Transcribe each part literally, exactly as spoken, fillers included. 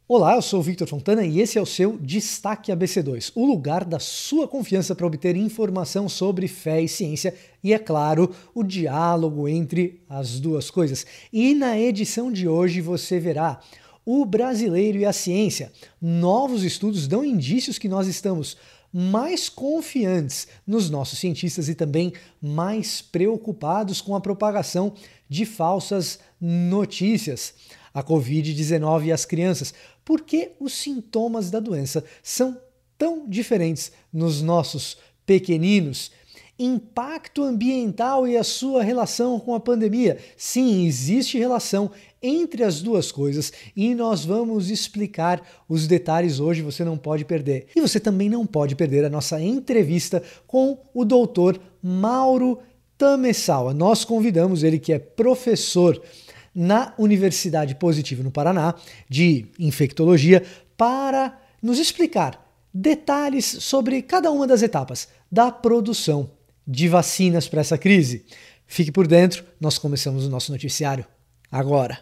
Olá, eu sou o Victor Fontana e esse é o seu Destaque A B C dois, o lugar da sua confiança para obter informação sobre fé e ciência e, é claro, o diálogo entre as duas coisas. E na edição de hoje você verá o brasileiro e a ciência. Novos estudos dão indícios que nós estamos mais confiantes nos nossos cientistas e também mais preocupados com a propagação de falsas notícias. A covid dezenove e as crianças. Por que os sintomas da doença são tão diferentes nos nossos pequeninos? Impacto ambiental e a sua relação com a pandemia. Sim, existe relação entre as duas coisas e nós vamos explicar os detalhes hoje, você não pode perder. E você também não pode perder a nossa entrevista com o doutor Mauro Tamesawa. Nós convidamos ele, que é professor na Universidade Positivo, no Paraná, de infectologia, para nos explicar detalhes sobre cada uma das etapas da produção de vacinas para essa crise. Fique por dentro, nós começamos o nosso noticiário agora.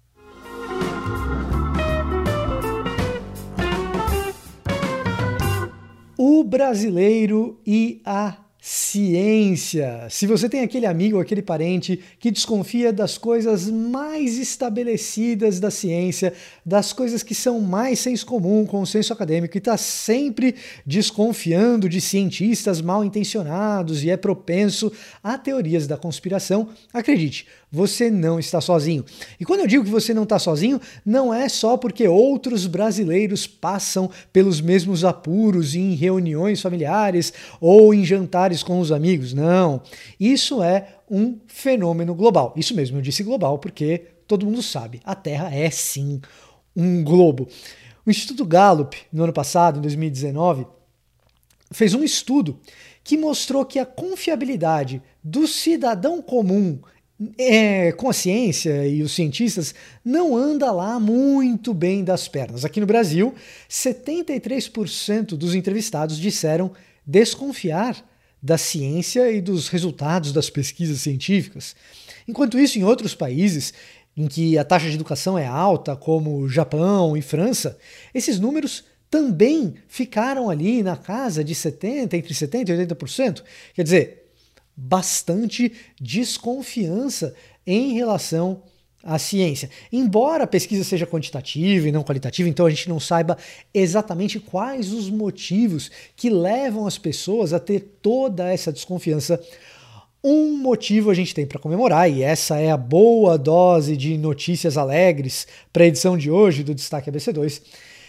O brasileiro e a ciência. Se você tem aquele amigo ou aquele parente que desconfia das coisas mais estabelecidas da ciência, das coisas que são mais senso comum, consenso acadêmico, e está sempre desconfiando de cientistas mal intencionados e é propenso a teorias da conspiração, acredite, você não está sozinho. E quando eu digo que você não está sozinho, não é só porque outros brasileiros passam pelos mesmos apuros em reuniões familiares ou em jantares com os amigos. Não. Isso é um fenômeno global. Isso mesmo, eu disse global porque todo mundo sabe, a Terra é sim um globo. O Instituto Gallup, no ano passado, em dois mil e dezenove, fez um estudo que mostrou que a confiabilidade do cidadão comum É, com a ciência e os cientistas não anda lá muito bem das pernas. Aqui no Brasil, setenta e três por cento dos entrevistados disseram desconfiar da ciência e dos resultados das pesquisas científicas. Enquanto isso, em outros países em que a taxa de educação é alta, como Japão e França, esses números também ficaram ali na casa de setenta por cento, entre setenta por cento e oitenta por cento. Quer dizer, bastante desconfiança em relação à ciência. Embora a pesquisa seja quantitativa e não qualitativa, então a gente não saiba exatamente quais os motivos que levam as pessoas a ter toda essa desconfiança, um motivo a gente tem para comemorar, e essa é a boa dose de notícias alegres para a edição de hoje do Destaque A B C dois.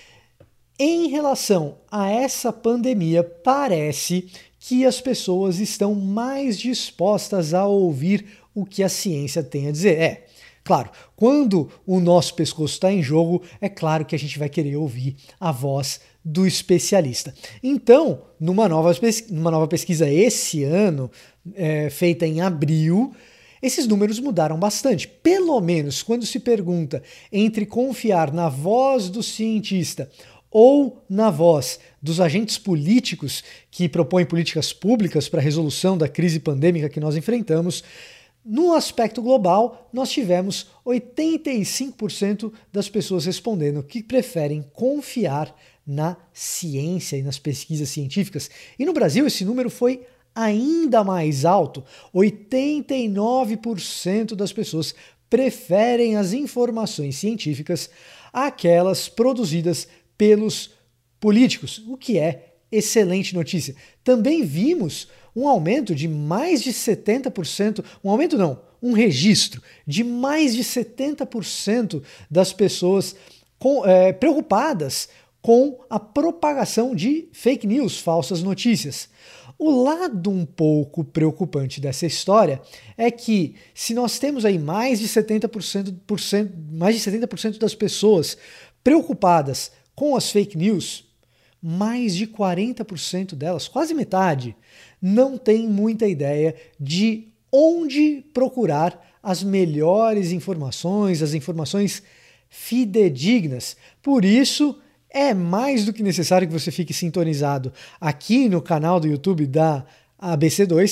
Em relação a essa pandemia, parece que as pessoas estão mais dispostas a ouvir o que a ciência tem a dizer. É, claro, quando o nosso pescoço está em jogo, é claro que a gente vai querer ouvir a voz do especialista. Então, numa nova, numa nova pesquisa esse ano, é, feita em abril, esses números mudaram bastante. Pelo menos quando se pergunta entre confiar na voz do cientista ou na voz dos agentes políticos que propõem políticas públicas para a resolução da crise pandêmica que nós enfrentamos, no aspecto global, nós tivemos oitenta e cinco por cento das pessoas respondendo que preferem confiar na ciência e nas pesquisas científicas. E no Brasil esse número foi ainda mais alto. oitenta e nove por cento das pessoas preferem as informações científicas àquelas produzidas pelos políticos, o que é excelente notícia. Também vimos um aumento de mais de setenta por cento, um aumento não, um registro de mais de setenta por cento das pessoas com, é, preocupadas com a propagação de fake news, falsas notícias. O lado um pouco preocupante dessa história é que se nós temos aí mais de setenta por cento, por cento, mais de setenta por cento das pessoas preocupadas com as fake news, mais de quarenta por cento delas, quase metade, não tem muita ideia de onde procurar as melhores informações, as informações fidedignas. Por isso, é mais do que necessário que você fique sintonizado aqui no canal do YouTube da A B C dois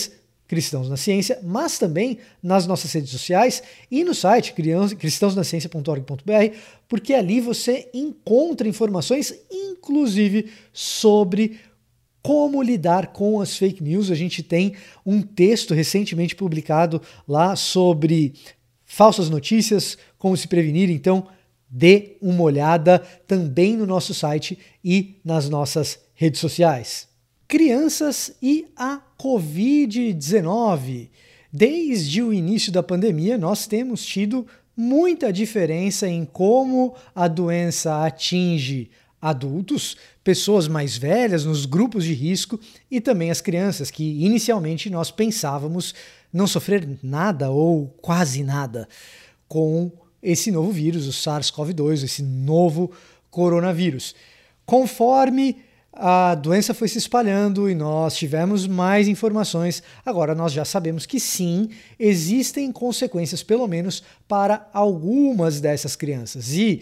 Cristãos na Ciência, mas também nas nossas redes sociais e no site cristãos na ciência ponto org ponto br, porque ali você encontra informações, inclusive sobre como lidar com as fake news. A gente tem um texto recentemente publicado lá sobre falsas notícias, como se prevenir, então dê uma olhada também no nosso site e nas nossas redes sociais. Crianças e a covid dezenove. Desde o início da pandemia, nós temos tido muita diferença em como a doença atinge adultos, pessoas mais velhas, nos grupos de risco, e também as crianças, que inicialmente nós pensávamos não sofrer nada ou quase nada com esse novo vírus, o SARS-CoV dois, esse novo coronavírus. Conforme a doença foi se espalhando e nós tivemos mais informações, agora nós já sabemos que sim, existem consequências, pelo menos para algumas dessas crianças. E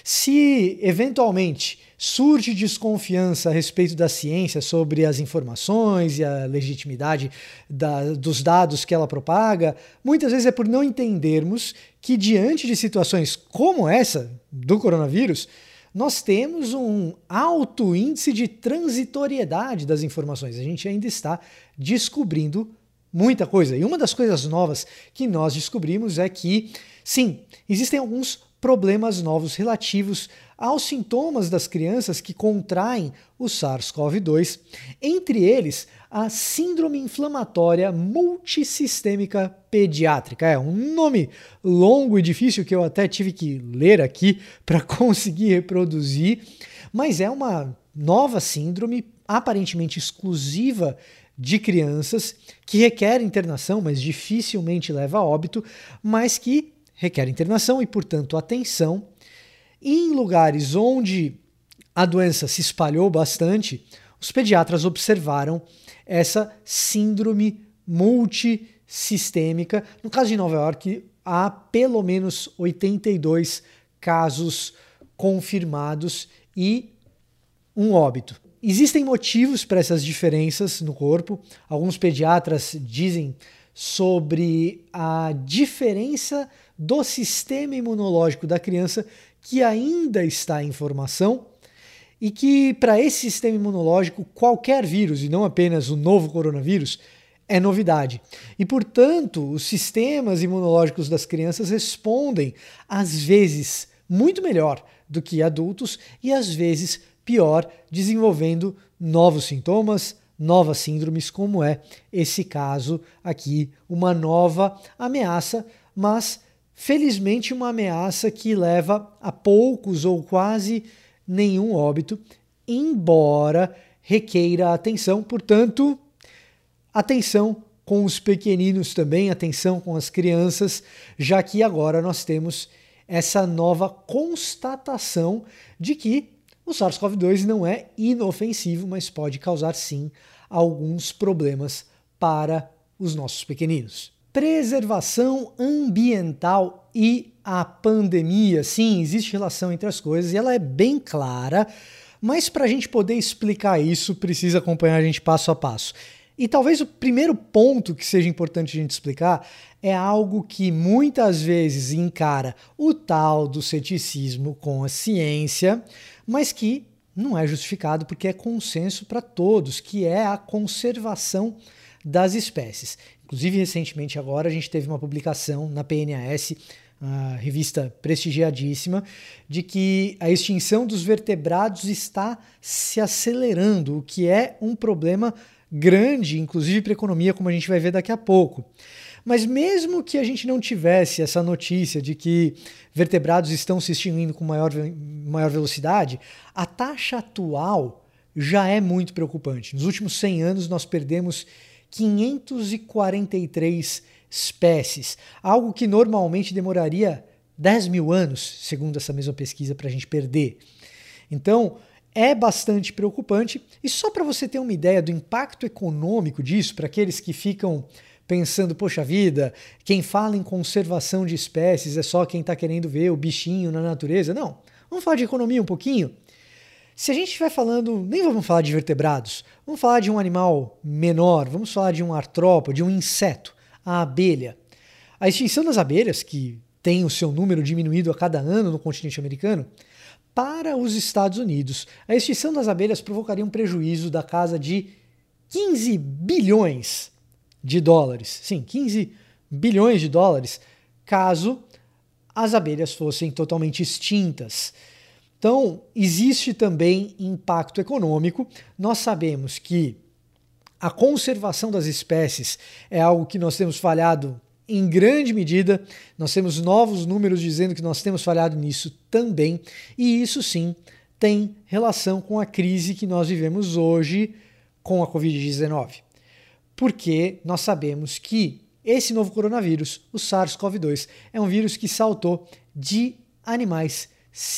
se eventualmente surge desconfiança a respeito da ciência sobre as informações e a legitimidade da, dos dados que ela propaga, muitas vezes é por não entendermos que diante de situações como essa do coronavírus, nós temos um alto índice de transitoriedade das informações. A gente ainda está descobrindo muita coisa. E uma das coisas novas que nós descobrimos é que, sim, existem alguns problemas novos relativos aos sintomas das crianças que contraem o SARS-CoV dois, entre eles a síndrome inflamatória multissistêmica pediátrica. É um nome longo e difícil que eu até tive que ler aqui para conseguir reproduzir, mas é uma nova síndrome aparentemente exclusiva de crianças que requer internação, mas dificilmente leva a óbito, mas que requer internação e, portanto, atenção. Em lugares onde a doença se espalhou bastante, os pediatras observaram essa síndrome multissistêmica. No caso de Nova York, há pelo menos oitenta e dois casos confirmados e um óbito. Existem motivos para essas diferenças no corpo. Alguns pediatras dizem sobre a diferença do sistema imunológico da criança que ainda está em formação e que para esse sistema imunológico qualquer vírus, e não apenas o novo coronavírus, é novidade. E, portanto, os sistemas imunológicos das crianças respondem, às vezes, muito melhor do que adultos e, às vezes, pior, desenvolvendo novos sintomas, novas síndromes, como é esse caso aqui, uma nova ameaça, mas felizmente uma ameaça que leva a poucos ou quase nenhum óbito, embora requeira atenção. Portanto, atenção com os pequeninos também, atenção com as crianças, já que agora nós temos essa nova constatação de que o SARS-CoV dois não é inofensivo, mas pode causar sim alguns problemas para os nossos pequeninos. Preservação ambiental e a pandemia. Sim, existe relação entre as coisas e ela é bem clara, mas para a gente poder explicar isso, precisa acompanhar a gente passo a passo. E talvez o primeiro ponto que seja importante a gente explicar é algo que muitas vezes encara o tal do ceticismo com a ciência, mas que não é justificado porque é consenso para todos, que é a conservação das espécies. Inclusive, recentemente agora, a gente teve uma publicação na P N A S, a revista prestigiadíssima, de que a extinção dos vertebrados está se acelerando, o que é um problema grande, inclusive para a economia, como a gente vai ver daqui a pouco. Mas mesmo que a gente não tivesse essa notícia de que vertebrados estão se extinguindo com maior, maior velocidade, a taxa atual já é muito preocupante. Nos últimos cem anos, nós perdemos quinhentas e quarenta e três espécies, algo que normalmente demoraria dez mil anos, segundo essa mesma pesquisa, para a gente perder. Então, é bastante preocupante. E só para você ter uma ideia do impacto econômico disso, para aqueles que ficam pensando, poxa vida, quem fala em conservação de espécies é só quem está querendo ver o bichinho na natureza. Não, vamos falar de economia um pouquinho. Se a gente estiver falando, nem vamos falar de vertebrados, vamos falar de um animal menor, vamos falar de um artrópode, de um inseto, a abelha. A extinção das abelhas, que tem o seu número diminuído a cada ano no continente americano, para os Estados Unidos, a extinção das abelhas provocaria um prejuízo da casa de quinze bilhões de dólares. Sim, quinze bilhões de dólares, caso as abelhas fossem totalmente extintas. Então, existe também impacto econômico. Nós sabemos que a conservação das espécies é algo que nós temos falhado em grande medida. Nós temos novos números dizendo que nós temos falhado nisso também. E isso sim tem relação com a crise que nós vivemos hoje com a covid dezenove. Porque nós sabemos que esse novo coronavírus, o SARS-CoV dois, é um vírus que saltou de animais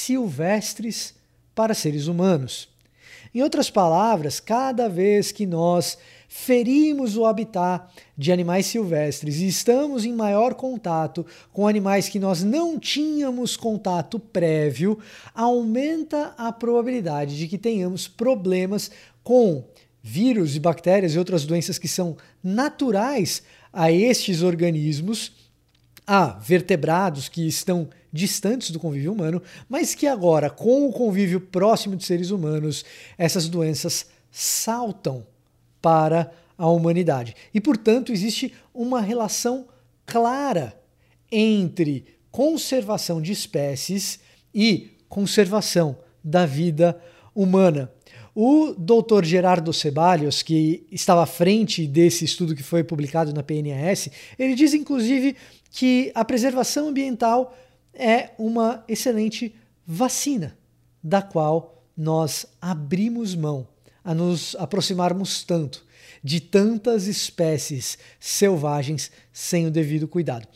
silvestres para seres humanos. Em outras palavras, cada vez que nós ferimos o habitat de animais silvestres e estamos em maior contato com animais que nós não tínhamos contato prévio, aumenta a probabilidade de que tenhamos problemas com vírus e bactérias e outras doenças que são naturais a estes organismos, a vertebrados que estão distantes do convívio humano, mas que agora, com o convívio próximo de seres humanos, essas doenças saltam para a humanidade. E, portanto, existe uma relação clara entre conservação de espécies e conservação da vida humana. O doutor Gerardo Ceballos, que estava à frente desse estudo que foi publicado na P N A S, ele diz, inclusive, que a preservação ambiental é uma excelente vacina, da qual nós abrimos mão a nos aproximarmos tanto de tantas espécies selvagens sem o devido cuidado.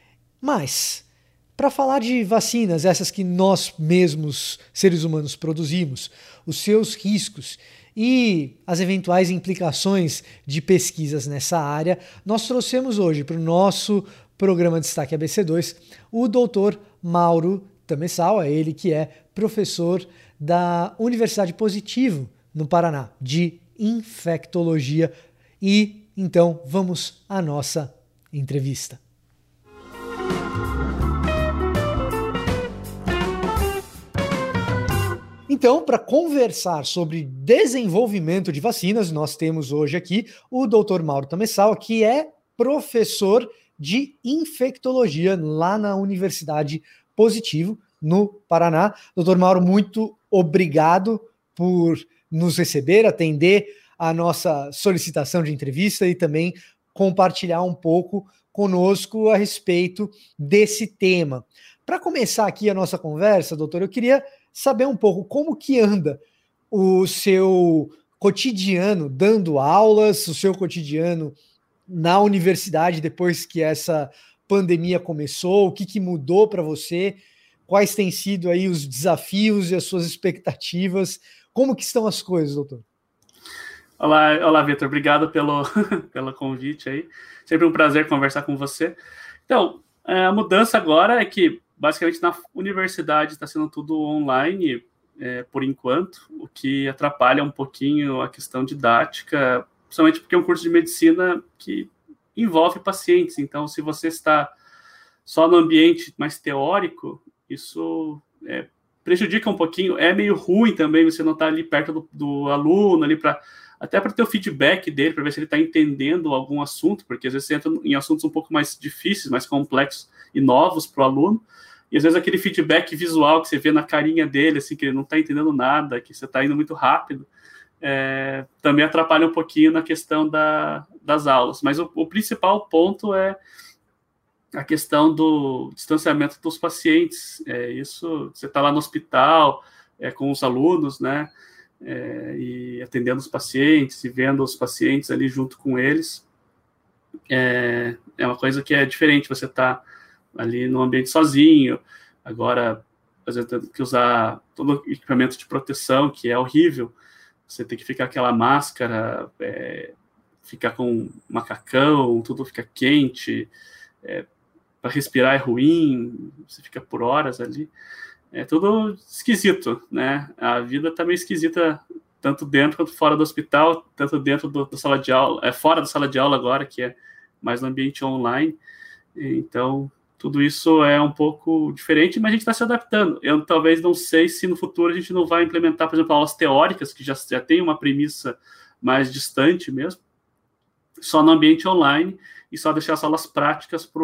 Mas, para falar de vacinas, essas que nós mesmos, seres humanos, produzimos, os seus riscos e as eventuais implicações de pesquisas nessa área, nós trouxemos hoje para o nosso programa Destaque A B C dois o doutor Mauro Tamessawa, ele que é professor da Universidade Positivo, no Paraná, de infectologia. E então vamos à nossa entrevista. Então, para conversar sobre desenvolvimento de vacinas, nós temos hoje aqui o doutor Mauro Tamessawa, que é professor de infectologia lá na Universidade Positivo, no Paraná. doutor Mauro, muito obrigado por nos receber, atender a nossa solicitação de entrevista e também compartilhar um pouco conosco a respeito desse tema. Para começar aqui a nossa conversa, doutor, eu queria saber um pouco como que anda o seu cotidiano dando aulas, o seu cotidiano na universidade depois que essa pandemia começou, o que, que mudou para você, quais têm sido aí os desafios e as suas expectativas, como que estão as coisas, doutor? Olá, olá, Vitor, obrigado pelo, pelo convite aí, sempre um prazer conversar com você. Então, a mudança agora é que basicamente na universidade está sendo tudo online, é, por enquanto, o que atrapalha um pouquinho a questão didática, principalmente porque é um curso de medicina que envolve pacientes. Então, se você está só no ambiente mais teórico, isso é, prejudica um pouquinho. É meio ruim também você não estar ali perto do, do aluno, ali para até para ter o feedback dele, para ver se ele está entendendo algum assunto, porque às vezes você entra em assuntos um pouco mais difíceis, mais complexos e novos para o aluno, e às vezes aquele feedback visual que você vê na carinha dele, assim, que ele não está entendendo nada, que você está indo muito rápido, é, também atrapalha um pouquinho na questão da, das aulas. Mas o, o principal ponto é a questão do distanciamento dos pacientes. É, isso, você está lá no hospital é, com os alunos, né, é, e atendendo os pacientes e vendo os pacientes ali junto com eles. É, é uma coisa que é diferente, você está ali no ambiente sozinho, agora, às vezes, tendo que usar todo o equipamento de proteção, que é horrível, você tem que ficar com aquela máscara, é, ficar com macacão, tudo fica quente, é, para respirar é ruim, você fica por horas ali. é tudo esquisito, né? A vida está meio esquisita, tanto dentro quanto fora do hospital, tanto dentro do, da sala de aula, é fora da sala de aula agora, que é mais no ambiente online. Então, tudo isso é um pouco diferente, mas a gente está se adaptando. Eu talvez não sei se no futuro a gente não vai implementar, por exemplo, aulas teóricas, que já, já tem uma premissa mais distante mesmo, só no ambiente online, e só deixar as aulas práticas para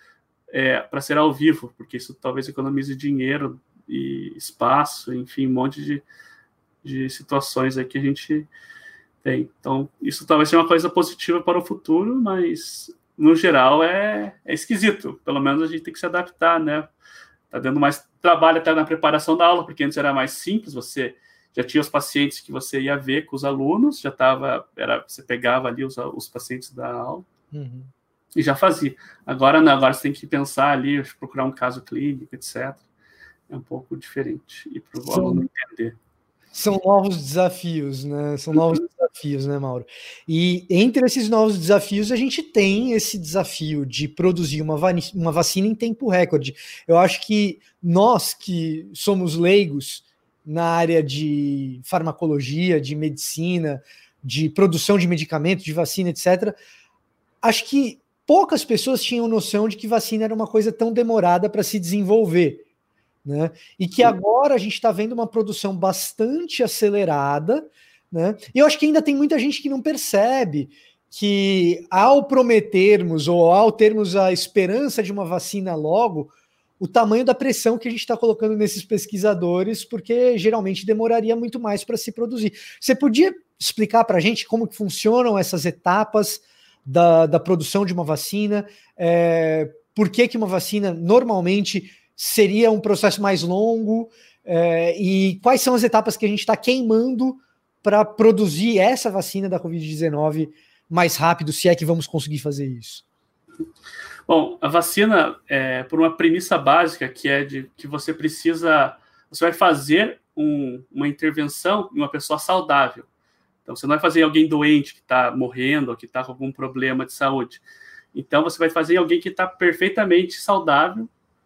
é, para ser ao vivo, porque isso talvez economize dinheiro e espaço, enfim, um monte de, de situações aí que a gente tem. Então, isso talvez seja uma coisa positiva para o futuro, mas, no geral, é, é esquisito. Pelo menos a gente tem que se adaptar, né? Está dando mais trabalho até na preparação da aula, porque antes era mais simples, você já tinha os pacientes que você ia ver com os alunos, já estava, era, você pegava ali os, os pacientes da aula, uhum. E já fazia. Agora não, agora você tem que pensar ali, procurar um caso clínico, etcétera. É um pouco diferente, e para o aluno entender. São novos desafios, né? São novos desafios, né, Mauro? E entre esses novos desafios, a gente tem esse desafio de produzir uma, uma vacina em tempo recorde. Eu acho que nós que somos leigos na área de farmacologia, de medicina, de produção de medicamentos, de vacina, etcétera, acho que poucas pessoas tinham noção de que vacina era uma coisa tão demorada para se desenvolver, né? E que agora a gente está vendo uma produção bastante acelerada, né? E eu acho que ainda tem muita gente que não percebe que, ao prometermos ou ao termos a esperança de uma vacina logo, o tamanho da pressão que a gente está colocando nesses pesquisadores, porque geralmente demoraria muito mais para se produzir. Você podia explicar para a gente como que funcionam essas etapas da, da produção de uma vacina? É, por que que uma vacina normalmente seria um processo mais longo? É, e quais são as etapas que a gente está queimando para produzir essa vacina da covid dezenove mais rápido, se é que vamos conseguir fazer isso? Bom, a vacina, é, por uma premissa básica, que é de que você precisa, você vai fazer um, uma intervenção em uma pessoa saudável. Então, você não vai fazer em alguém doente, que está morrendo, ou que está com algum problema de saúde. Então, você vai fazer em alguém que está perfeitamente saudável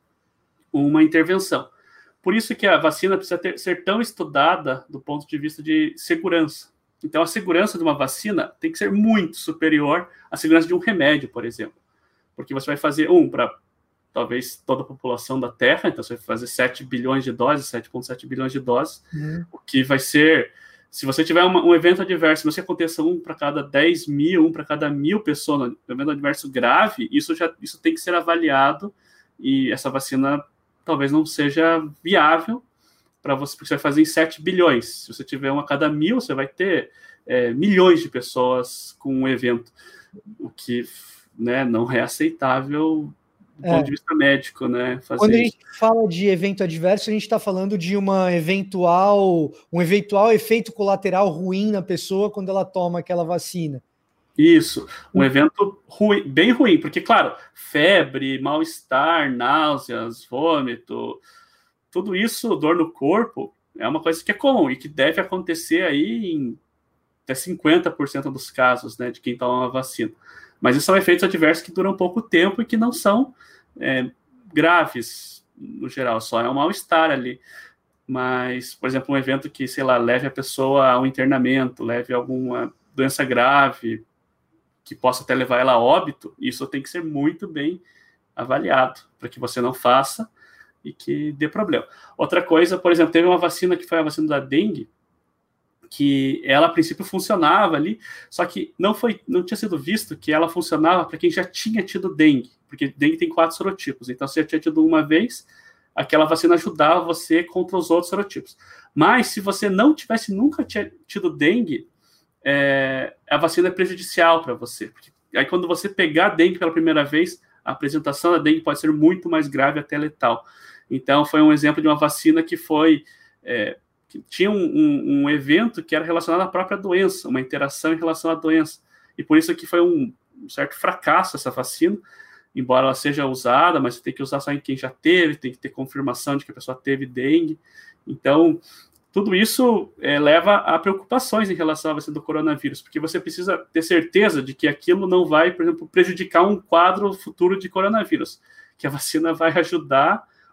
uma intervenção. Por isso que a vacina precisa ter, ser tão estudada do ponto de vista de segurança. Então, a segurança de uma vacina tem que ser muito superior à segurança de um remédio, por exemplo. Porque você vai fazer, um, para talvez toda a população da Terra, então você vai fazer sete bilhões de doses, sete vírgula sete bilhões de doses, uhum. O que vai ser, se você tiver uma, um evento adverso, se aconteça um para cada dez mil, um para cada mil pessoas, um evento adverso grave, isso, já, isso tem que ser avaliado, e essa vacina talvez não seja viável para você, porque você vai fazer em sete bilhões. Se você tiver um a cada mil, você vai ter é, milhões de pessoas com um evento, o que, né, não é aceitável do é. ponto de vista médico, né? Fazer Quando a isso. gente fala de evento adverso, a gente está falando de uma eventual, um eventual efeito colateral ruim na pessoa quando ela toma aquela vacina. Isso, um evento ruim, bem ruim, porque, claro, febre, mal-estar, náuseas, vômito, tudo isso, dor no corpo, é uma coisa que é comum e que deve acontecer aí em até cinquenta por cento dos casos, né, de quem toma a vacina. Mas isso são efeitos adversos que duram pouco tempo e que não são é, graves, no geral, só é um mal-estar ali. Mas, por exemplo, um evento que, sei lá, leve a pessoa a um internamento, leve a alguma doença grave, que possa até levar ela a óbito, isso tem que ser muito bem avaliado, para que você não faça e que dê problema. Outra coisa, por exemplo, teve uma vacina que foi a vacina da dengue, que ela, a princípio, funcionava ali, só que não, foi, não tinha sido visto que ela funcionava para quem já tinha tido dengue, porque dengue tem quatro serotipos, então se já tinha tido uma vez, aquela vacina ajudava você contra os outros serotipos. Mas, se você não tivesse nunca tido dengue, é, a vacina é prejudicial para você, porque aí quando você pegar dengue pela primeira vez, a apresentação da dengue pode ser muito mais grave, até letal. Então, foi um exemplo de uma vacina que foi... É, que tinha um, um, um evento que era relacionado à própria doença, uma interação em relação à doença. E por isso que foi um, um certo fracasso essa vacina, embora ela seja usada, mas você tem que usar só em quem já teve, tem que ter confirmação de que a pessoa teve dengue. Então, tudo isso é, leva a preocupações em relação à vacina do coronavírus, porque você precisa ter certeza de que aquilo não vai, por exemplo, prejudicar um quadro futuro de coronavírus, que a vacina vai ajudar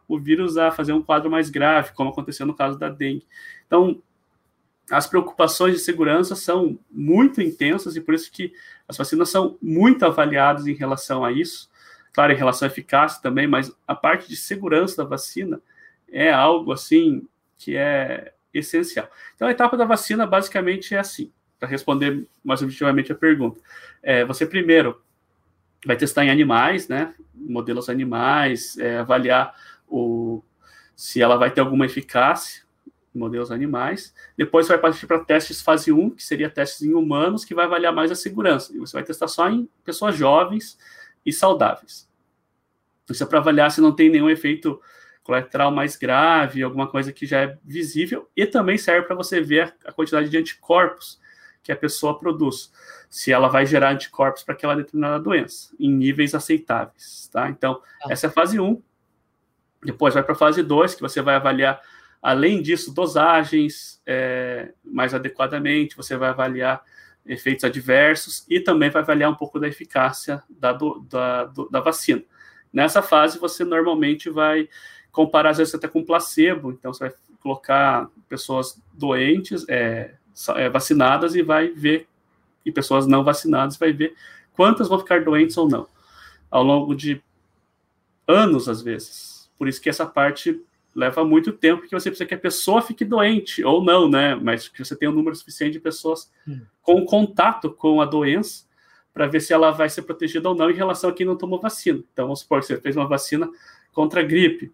o vírus a fazer um quadro mais grave, como aconteceu no caso da dengue. Então, as preocupações de segurança são muito intensas e por isso que as vacinas são muito avaliadas em relação a isso. Claro, em relação à eficácia também, mas a parte de segurança da vacina é algo, assim, que é essencial. Então, a etapa da vacina, basicamente, é assim, para responder mais objetivamente a pergunta. É, você, primeiro, vai testar em animais, né, modelos animais, é, avaliar o, se ela vai ter alguma eficácia em modelos animais. Depois vai partir para testes fase um, que seria testes em humanos, que vai avaliar mais a segurança. E você vai testar só em pessoas jovens e saudáveis. Isso é para avaliar se não tem nenhum efeito colateral mais grave, alguma coisa que já é visível, e também serve para você ver a quantidade de anticorpos que a pessoa produz, se ela vai gerar anticorpos para aquela determinada doença, em níveis aceitáveis, tá? Então, ah. essa é a fase um. Depois vai para a fase dois, que você vai avaliar, além disso, dosagens é, mais adequadamente, você vai avaliar efeitos adversos e também vai avaliar um pouco da eficácia da, do, da, do, da vacina. Nessa fase, você normalmente vai comparar, às vezes, até com placebo, então você vai colocar pessoas doentes, é, é, vacinadas e vai ver, e pessoas não vacinadas, vai ver quantas vão ficar doentes ou não, ao longo de anos, às vezes. Por isso que essa parte leva muito tempo, porque você precisa que a pessoa fique doente, ou não, né, mas que você tenha um número suficiente de pessoas hum. com contato com a doença, para ver se ela vai ser protegida ou não em relação a quem não tomou vacina. Então, vamos supor que você fez uma vacina contra a gripe,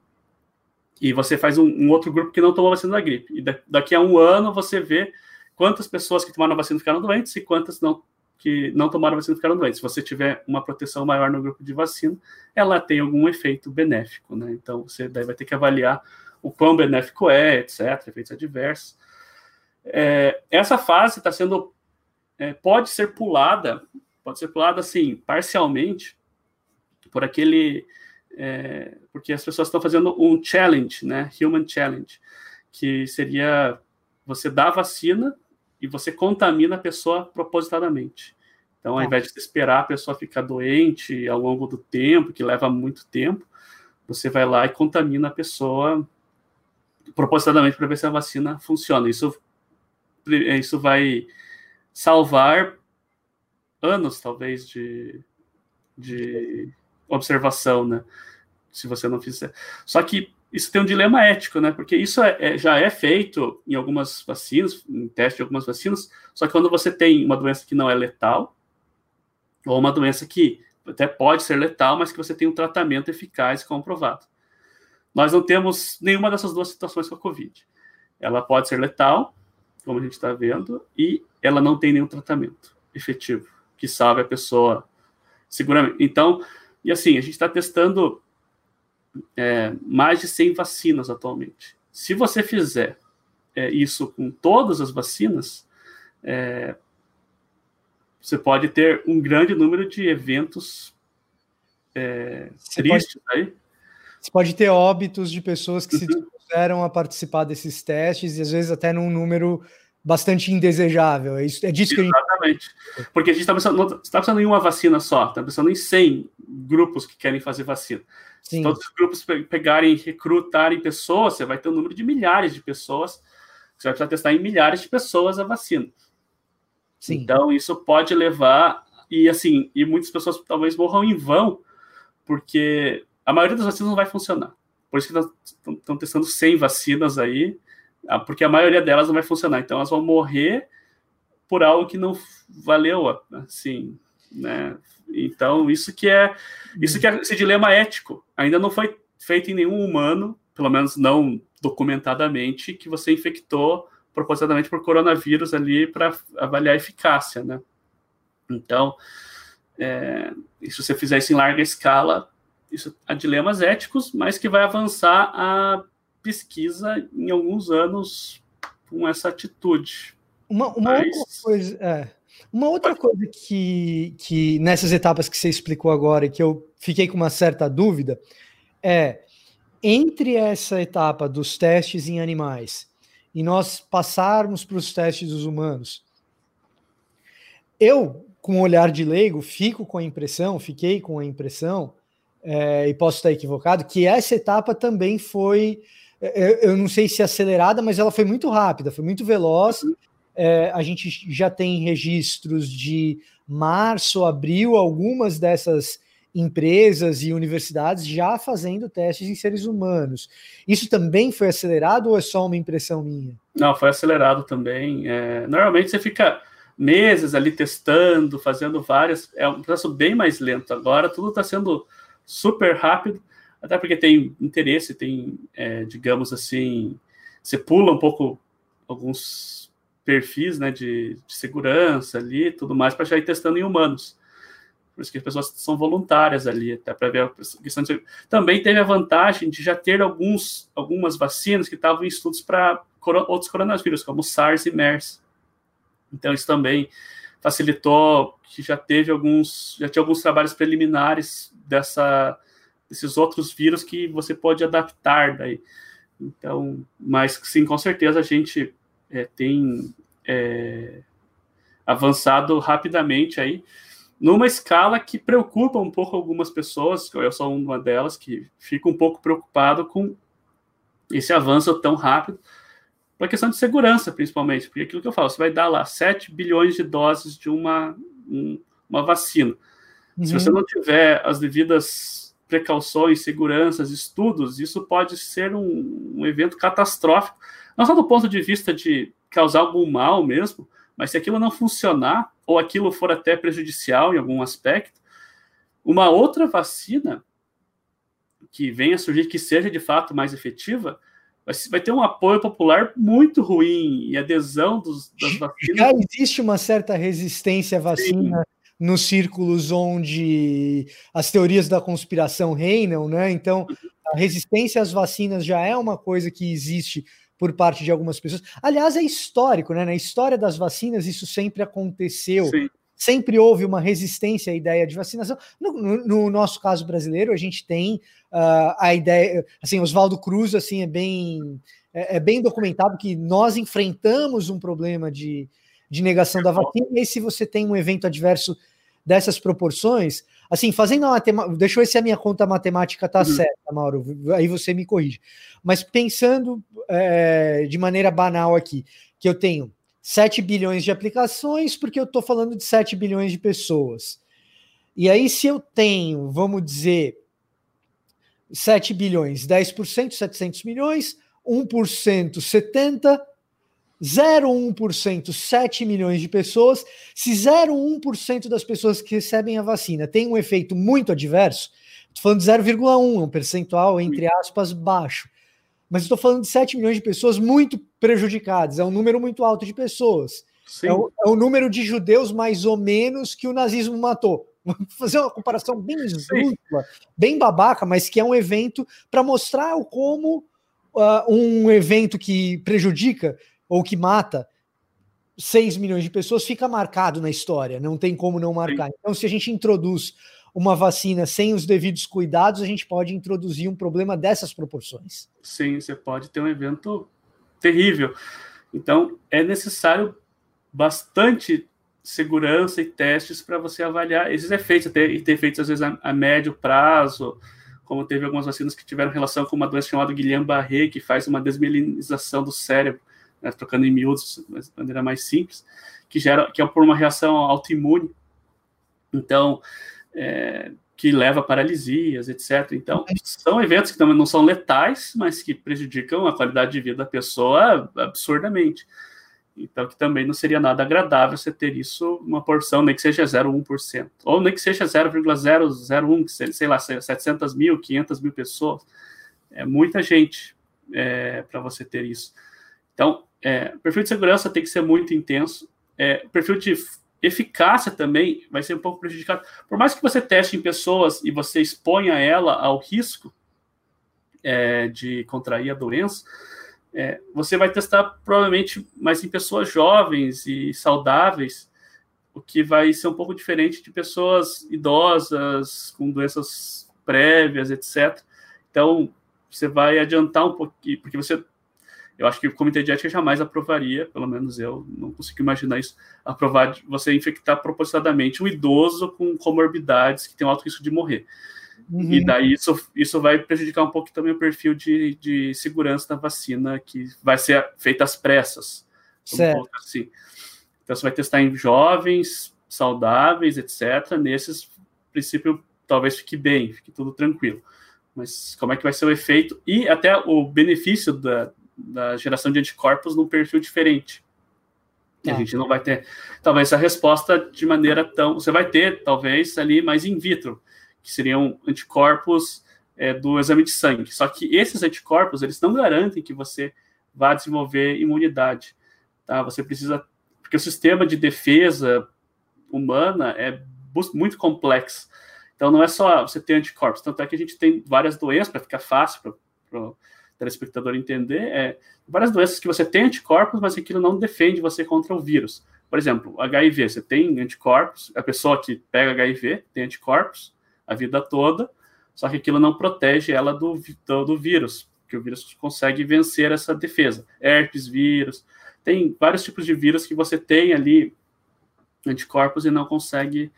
e você faz um, um outro grupo que não tomou vacina da gripe. E da, daqui a um ano você vê quantas pessoas que tomaram a vacina ficaram doentes e quantas não, que não tomaram a vacina ficaram doentes. Se você tiver uma proteção maior no grupo de vacina, ela tem algum efeito benéfico, né? Então, você daí vai ter que avaliar o quão benéfico é, etcétera, efeitos adversos. É, essa fase está sendo... É, pode ser pulada, pode ser pulada, assim, parcialmente, por aquele... É, porque as pessoas estão fazendo um challenge, né, human challenge, que seria você dar a vacina e você contamina a pessoa propositadamente. Então, ao invés de esperar a pessoa ficar doente ao longo do tempo, que leva muito tempo, você vai lá e contamina a pessoa propositadamente para ver se a vacina funciona. Isso, isso vai salvar anos, talvez, de... de observação, né? Se você não fizer. Só que isso tem um dilema ético, né? Porque isso é, é, já é feito em algumas vacinas, em teste de algumas vacinas, só que quando você tem uma doença que não é letal, ou uma doença que até pode ser letal, mas que você tem um tratamento eficaz e comprovado. Nós não temos nenhuma dessas duas situações com a Covid. Ela pode ser letal, como a gente está vendo, e ela não tem nenhum tratamento efetivo que salve a pessoa seguramente. Então, e assim, a gente está testando é, mais de cem vacinas atualmente. Se você fizer é, isso com todas as vacinas, é, você pode ter um grande número de eventos é, tristes pode, aí. Você pode ter óbitos de pessoas que uhum. se dispuseram a participar desses testes, e às vezes até num número bastante indesejável. É, isso, é disso Exatamente. que a gente... Exatamente. Porque a gente está pensando, não está pensando em uma vacina só, está pensando em cem grupos que querem fazer vacina. Sim. Se todos os grupos pegarem e recrutarem pessoas, você vai ter um número de milhares de pessoas, você vai precisar testar em milhares de pessoas a vacina. Sim. Então, isso pode levar, e assim, e muitas pessoas talvez morram em vão, porque a maioria das vacinas não vai funcionar. Por isso que estão testando cem vacinas aí, porque a maioria delas não vai funcionar. Então, elas vão morrer por algo que não valeu, assim, né? Então, isso que é, isso que é esse dilema ético. Ainda não foi feito em nenhum humano, pelo menos não documentadamente, que você infectou propositadamente por coronavírus ali para avaliar a eficácia, né? Então, é, se você fizer isso em larga escala, isso há dilemas éticos, mas que vai avançar a pesquisa em alguns anos com essa atitude. Uma, uma mas... outra coisa, é, uma outra coisa que, que nessas etapas que você explicou agora e que eu fiquei com uma certa dúvida é, entre essa etapa dos testes em animais e nós passarmos para os testes dos humanos, eu, com o olhar de leigo, fico com a impressão, fiquei com a impressão é, e posso estar equivocado, que essa etapa também foi, eu, eu não sei se acelerada, mas ela foi muito rápida, foi muito veloz. É, a gente já tem registros de março, abril, algumas dessas empresas e universidades já fazendo testes em seres humanos. Isso também foi acelerado ou é só uma impressão minha? Não, foi acelerado também. É, normalmente você fica meses ali testando, fazendo várias, é um processo bem mais lento. Agora tudo está sendo super rápido, até porque tem interesse, tem, é, digamos assim, você pula um pouco alguns perfis, né, de, de segurança ali, tudo mais, para já ir testando em humanos. Por isso que as pessoas são voluntárias ali, até para ver a questão de... Também teve a vantagem de já ter alguns, algumas vacinas que estavam em estudos para outros coronavírus, como SARS e MERS. Então, isso também facilitou que já teve alguns, já tinha alguns trabalhos preliminares dessa, desses outros vírus que você pode adaptar daí. Então, mas sim, com certeza a gente é, tem é, avançado rapidamente aí, numa escala que preocupa um pouco algumas pessoas, eu sou uma delas, que fica um pouco preocupado com esse avanço tão rápido, para a questão de segurança, principalmente, porque aquilo que eu falo, você vai dar lá sete bilhões de doses de uma, um, uma vacina. Uhum. Se você não tiver as devidas precauções, seguranças, estudos, isso pode ser um, um evento catastrófico, não só do ponto de vista de causar algum mal mesmo, mas se aquilo não funcionar, ou aquilo for até prejudicial em algum aspecto, uma outra vacina que venha a surgir, que seja de fato mais efetiva, vai ter um apoio popular muito ruim e adesão dos, das vacinas. Já existe uma certa resistência à vacina. Sim. Nos círculos onde as teorias da conspiração reinam, né? Então, a resistência às vacinas já é uma coisa que existe por parte de algumas pessoas. Aliás, é histórico, né? Na história das vacinas, isso sempre aconteceu. Sim. Sempre houve uma resistência à ideia de vacinação. No, no, no nosso caso brasileiro, a gente tem uh, a ideia... Assim, Oswaldo Cruz, assim, é bem, é, é bem documentado que nós enfrentamos um problema de, de negação da vacina, e aí se você tem um evento adverso dessas proporções... Assim, fazendo a matemática, deixa eu ver se a minha conta matemática tá uhum. certa, Mauro, aí você me corrige. Mas pensando é, de maneira banal aqui, que eu tenho sete bilhões de aplicações, porque eu estou falando de sete bilhões de pessoas. E aí, se eu tenho, vamos dizer, sete bilhões, dez por cento, setecentos milhões, um por cento, setenta, zero vírgula um por cento, sete milhões de pessoas. Se zero vírgula um por cento das pessoas que recebem a vacina tem um efeito muito adverso, estou falando de zero vírgula um, um percentual, entre aspas, baixo. Mas estou falando de sete milhões de pessoas muito prejudicadas, é um número muito alto de pessoas. É o, é o número de judeus, mais ou menos, que o nazismo matou. Vou fazer uma comparação bem esdrúxula, bem babaca, mas que é um evento para mostrar o como uh, um evento que prejudica ou que mata seis milhões de pessoas fica marcado na história, não tem como não marcar. Sim. Então, se a gente introduz uma vacina sem os devidos cuidados, a gente pode introduzir um problema dessas proporções. Sim, você pode ter um evento terrível. Então, é necessário bastante segurança e testes para você avaliar esses efeitos, até, e ter efeitos, às vezes, a, a médio prazo, como teve algumas vacinas que tiveram relação com uma doença chamada Guillain-Barré, que faz uma desmielinização do cérebro, né, trocando em miúdos, de maneira mais simples, que, gera, que é por uma reação autoimune, então, é, que leva a paralisias, etcétera. Então, são eventos que também não são letais, mas que prejudicam a qualidade de vida da pessoa absurdamente. Então, que também não seria nada agradável você ter isso, uma porção, nem que seja zero vírgula um por cento, ou nem que seja zero vírgula zero zero um, sei lá, setecentas mil, quinhentas mil pessoas. É muita gente é, para você ter isso. Então, é, o perfil de segurança tem que ser muito intenso. É, o perfil de eficácia também vai ser um pouco prejudicado. Por mais que você teste em pessoas e você exponha ela ao risco é, de contrair a doença, é, você vai testar provavelmente mais em pessoas jovens e saudáveis, o que vai ser um pouco diferente de pessoas idosas, com doenças prévias, etcétera. Então, você vai adiantar um pouquinho, porque você... Eu acho que o Comitê de Ética jamais aprovaria, pelo menos eu não consigo imaginar isso, aprovar você infectar propositadamente um idoso com comorbidades que tem um alto risco de morrer. Uhum. E daí isso, isso vai prejudicar um pouco também o perfil de, de segurança da vacina, que vai ser feita às pressas. Vamos colocar assim. Então, você vai testar em jovens, saudáveis, etcétera. Nesses, princípio, talvez fique bem, fique tudo tranquilo. Mas como é que vai ser o efeito? E até o benefício da, da geração de anticorpos num perfil diferente. E a gente não vai ter, talvez, a resposta de maneira tão... Você vai ter, talvez, ali mais in vitro, que seriam anticorpos é, do exame de sangue. Só que esses anticorpos, eles não garantem que você vá desenvolver imunidade. Tá? Você precisa... Porque o sistema de defesa humana é muito complexo. Então, não é só você ter anticorpos. Tanto é que a gente tem várias doenças, para ficar fácil para o telespectador entender, é várias doenças que você tem anticorpos, mas aquilo não defende você contra o vírus. Por exemplo, H I V, você tem anticorpos, a pessoa que pega H I V tem anticorpos a vida toda, só que aquilo não protege ela do, do, do vírus, porque o vírus consegue vencer essa defesa. Herpes vírus, tem vários tipos de vírus que você tem ali anticorpos e não consegue,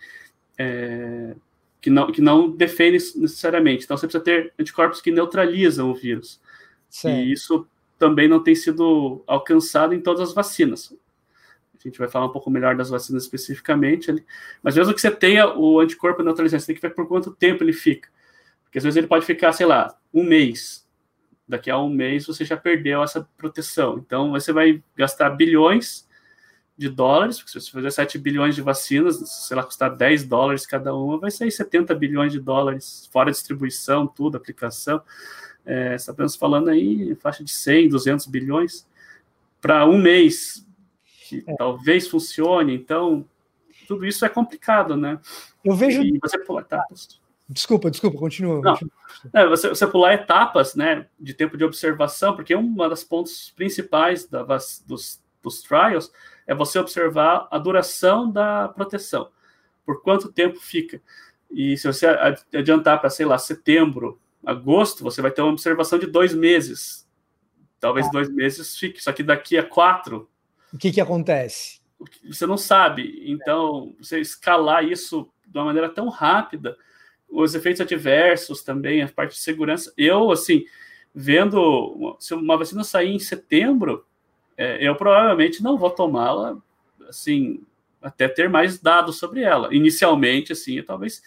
é, que, não, que não defende necessariamente. Então, você precisa ter anticorpos que neutralizam o vírus. Certo. E isso também não tem sido alcançado em todas as vacinas. A gente vai falar um pouco melhor das vacinas especificamente ali. Mas mesmo que você tenha o anticorpo neutralizado, você tem que ver por quanto tempo ele fica. Porque às vezes ele pode ficar, sei lá, um mês. Daqui a um mês você já perdeu essa proteção. Então você vai gastar bilhões de dólares, porque se você fizer sete bilhões de vacinas, sei lá, custar dez dólares cada uma, vai sair setenta bilhões de dólares, fora distribuição, tudo, aplicação. É, estamos falando aí faixa de cem, duzentos bilhões para um mês, que é. talvez funcione. Então, tudo isso é complicado, né? Eu vejo... E você pular etapas. Desculpa, desculpa, continua. Não, continua. É, você, você pular etapas, né, de tempo de observação, porque uma das pontos principais da, dos, dos trials é você observar a duração da proteção. Por quanto tempo fica. E se você adiantar para, sei lá, setembro, agosto, você vai ter uma observação de dois meses. Talvez ah. dois meses fique, só que daqui a quatro... O que que acontece? Você não sabe. Então, você escalar isso de uma maneira tão rápida, os efeitos adversos também, a parte de segurança. Eu, assim, vendo... Se uma vacina sair em setembro, é, eu provavelmente não vou tomá-la, assim, até ter mais dados sobre ela. Inicialmente, assim, eu talvez...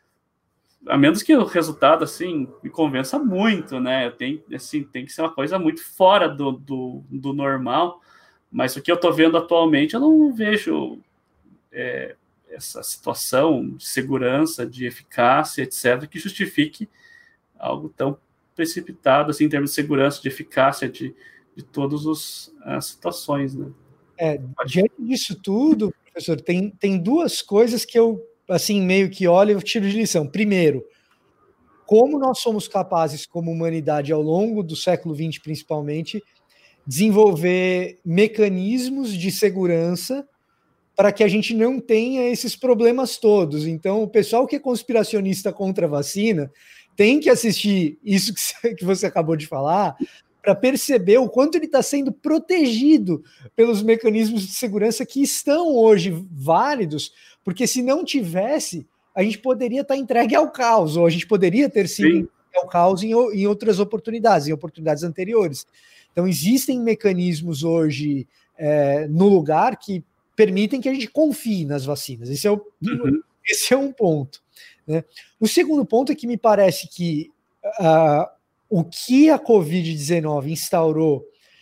A menos que o resultado, assim, me convença muito, né? Tem, assim, tem que ser uma coisa muito fora do, do, do normal. Mas o que eu estou vendo atualmente, eu não vejo é, essa situação de segurança, de eficácia, etcétera, que justifique algo tão precipitado, assim, em termos de segurança, de eficácia, de, de todas os, as situações, né? É, diante disso tudo, professor, tem, tem duas coisas que eu, assim, meio que olho e tiro de lição. Primeiro, como nós somos capazes, como humanidade, ao longo do século vinte, principalmente, desenvolver mecanismos de segurança para que a gente não tenha esses problemas todos. Então, o pessoal que é conspiracionista contra a vacina tem que assistir isso que você acabou de falar para perceber o quanto ele está sendo protegido pelos mecanismos de segurança que estão hoje válidos, porque se não tivesse, a gente poderia estar entregue ao caos, ou a gente poderia ter sido entregue ao caos em, em outras oportunidades, em oportunidades anteriores. Então, existem mecanismos hoje é, no lugar que permitem que a gente confie nas vacinas. Esse é, o, uhum. esse é um ponto. Né? O segundo ponto é que me parece que uh, o que a covid dezenove instaurou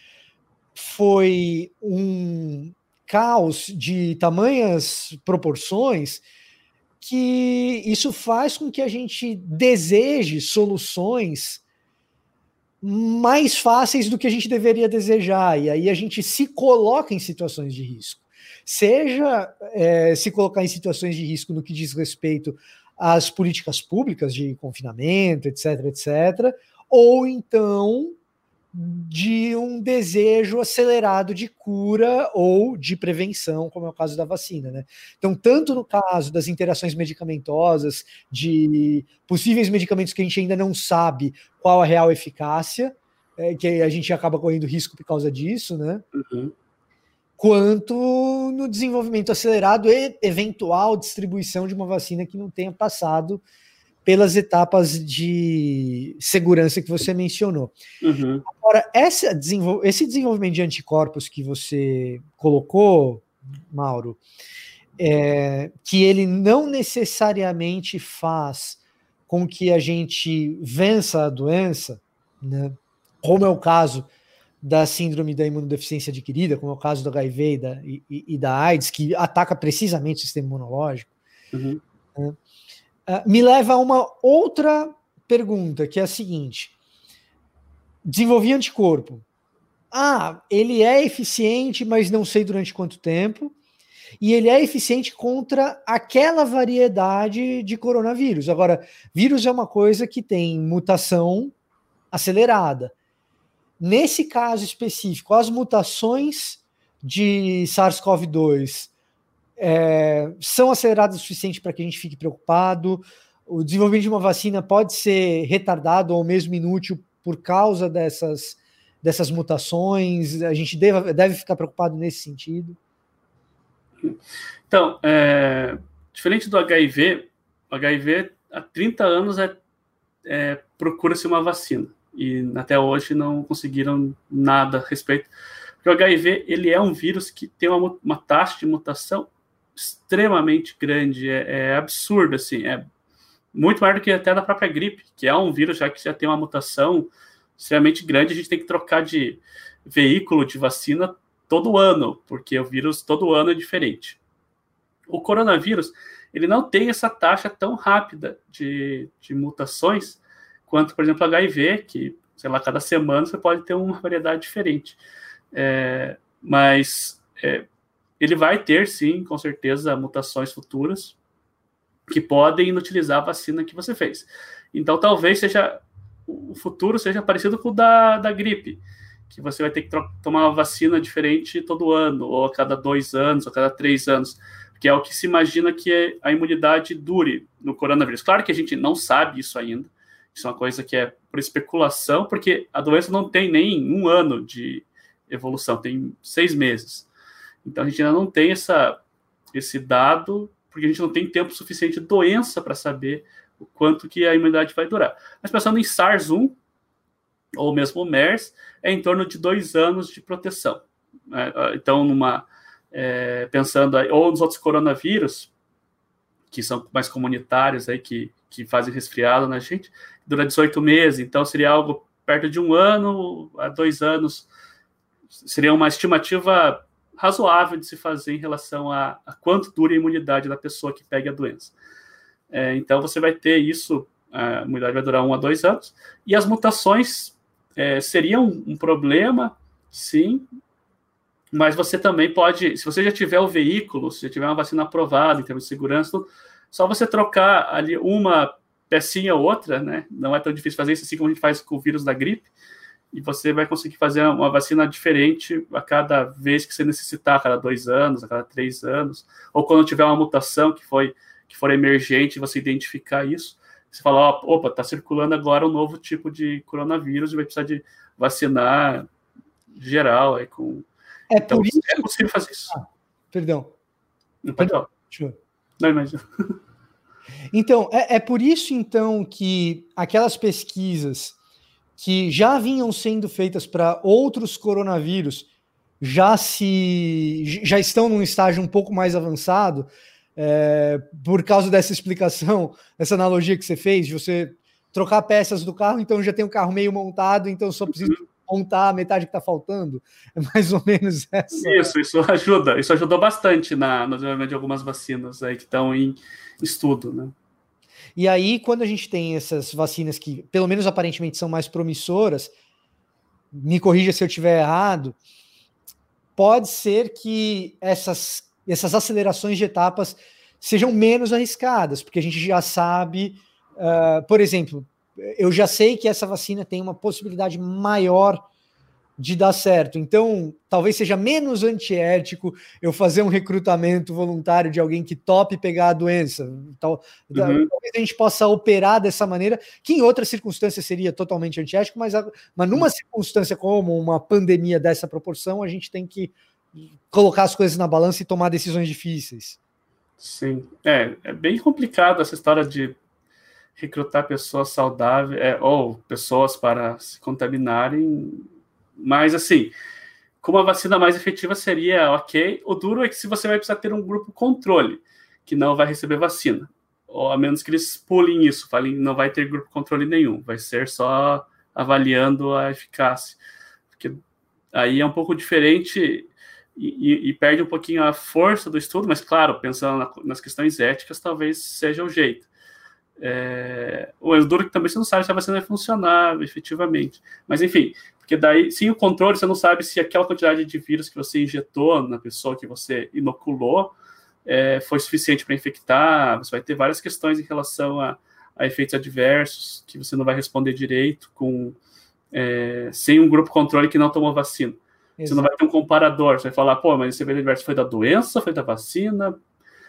foi um caos de tamanhas proporções que isso faz com que a gente deseje soluções mais fáceis do que a gente deveria desejar, e aí a gente se coloca em situações de risco. Seja é, se colocar em situações de risco no que diz respeito às políticas públicas de confinamento, etc, etcétera, ou então de um desejo acelerado de cura ou de prevenção, como é o caso da vacina, né? Então, tanto no caso das interações medicamentosas, de possíveis medicamentos que a gente ainda não sabe qual a real eficácia, é, que a gente acaba correndo risco por causa disso, né? Uhum. Quanto no desenvolvimento acelerado e eventual distribuição de uma vacina que não tenha passado pelas etapas de segurança que você mencionou. Uhum. Agora, essa desenvol- esse desenvolvimento de anticorpos que você colocou, Mauro, é, que ele não necessariamente faz com que a gente vença a doença, né? Como é o caso da síndrome da imunodeficiência adquirida, como é o caso do H I V e da, e, e da AIDS, que ataca precisamente o sistema imunológico, Uhum. né? Uh, me leva a uma outra pergunta, que é a seguinte: desenvolvi anticorpo. Ah, ele é eficiente, mas não sei durante quanto tempo. E ele é eficiente contra aquela variedade de coronavírus. Agora, vírus é uma coisa que tem mutação acelerada. Nesse caso específico, as mutações de SARS-CoV dois é, são aceleradas o suficiente para que a gente fique preocupado. O desenvolvimento de uma vacina pode ser retardado ou mesmo inútil por causa dessas, dessas mutações. A gente deve, deve ficar preocupado nesse sentido. Então, é, diferente do H I V, o H I V há trinta anos é, é, procura-se uma vacina. E até hoje não conseguiram nada a respeito. Porque o H I V ele é um vírus que tem uma, uma taxa de mutação extremamente grande. É, é absurdo, assim. É muito maior do que até da própria gripe, que é um vírus já que já tem uma mutação extremamente grande. A gente tem que trocar de veículo de vacina todo ano, porque o vírus todo ano é diferente. O coronavírus, ele não tem essa taxa tão rápida de, de mutações quanto, por exemplo, o H I V, que, sei lá, cada semana você pode ter uma variedade diferente. É, mas é, ele vai ter, sim, com certeza, mutações futuras que podem inutilizar a vacina que você fez. Então, talvez seja o futuro seja parecido com o da, da gripe, que você vai ter que tomar uma vacina diferente todo ano, ou a cada dois anos, ou a cada três anos, que é o que se imagina que a imunidade dure no coronavírus. Claro que a gente não sabe isso ainda, isso é uma coisa que é por especulação, porque a doença não tem nem um ano de evolução, tem seis meses. Então a gente ainda não tem essa, esse dado, porque a gente não tem tempo suficiente de doença para saber o quanto que a imunidade vai durar. Mas pensando em SARS um, ou mesmo o MERS, é em torno de dois anos de proteção. Então, numa, é, pensando aí, ou nos outros coronavírus, que são mais comunitários, aí, que, que fazem resfriado na gente, dura dezoito meses, então seria algo perto de um ano a dois anos, seria uma estimativa razoável de se fazer em relação a, a quanto dura a imunidade da pessoa que pega a doença. É, então, você vai ter isso, a imunidade vai durar um a dois anos, e as mutações É, seria um, um problema, sim, mas você também pode, se você já tiver o veículo, se já tiver uma vacina aprovada em termos de segurança, tudo, só você trocar ali uma pecinha ou outra, né? Não é tão difícil fazer isso assim como a gente faz com o vírus da gripe, e você vai conseguir fazer uma vacina diferente a cada vez que você necessitar, a cada dois anos, a cada três anos, ou quando tiver uma mutação que, foi, que for emergente, você identificar isso. Você fala, ó, opa, tá circulando agora um novo tipo de coronavírus e vai precisar de vacinar geral. Aí com... É então, por isso... é possível fazer isso. Ah, perdão. Não pode perdão. falar. Não, imagina. Então, é, é por isso, então, que aquelas pesquisas que já vinham sendo feitas para outros coronavírus já, se, já estão num estágio um pouco mais avançado, É, por causa dessa explicação, essa analogia que você fez, de você trocar peças do carro, então já tem o carro meio montado, então só precisa uhum. montar a metade que está faltando. É mais ou menos essa. Isso, isso ajuda. Isso ajudou bastante na, no desenvolvimento de algumas vacinas aí que estão em estudo, né? E aí, quando a gente tem essas vacinas que, pelo menos aparentemente, são mais promissoras, me corrija se eu estiver errado, pode ser que essas essas acelerações de etapas sejam menos arriscadas, porque a gente já sabe, uh, por exemplo, eu já sei que essa vacina tem uma possibilidade maior de dar certo, então talvez seja menos antiético eu fazer um recrutamento voluntário de alguém que tope pegar a doença, Tal, uhum. talvez a gente possa operar dessa maneira, que em outras circunstâncias seria totalmente antiético, mas, mas numa uhum. circunstância como uma pandemia dessa proporção, a gente tem que colocar as coisas na balança e tomar decisões difíceis. Sim, é, é bem complicado essa história de recrutar pessoas saudáveis, é, ou pessoas para se contaminarem, mas assim, como a vacina mais efetiva seria ok, o duro é que se você vai precisar ter um grupo controle, que não vai receber vacina, ou a menos que eles pulem isso, falem, não vai ter grupo controle nenhum, vai ser só avaliando a eficácia, porque aí é um pouco diferente e, e, e perde um pouquinho a força do estudo, mas claro, pensando na, nas questões éticas, talvez seja o jeito. É, o duro que também você não sabe se a vacina vai funcionar efetivamente, mas enfim, porque daí, sem o controle, você não sabe se aquela quantidade de vírus que você injetou na pessoa que você inoculou é, foi suficiente para infectar. Você vai ter várias questões em relação a, a efeitos adversos que você não vai responder direito com, é, sem um grupo controle que não tomou vacina. Exato. Você não vai ter um comparador, você vai falar, pô, mas esse efeito adverso foi da doença, foi da vacina?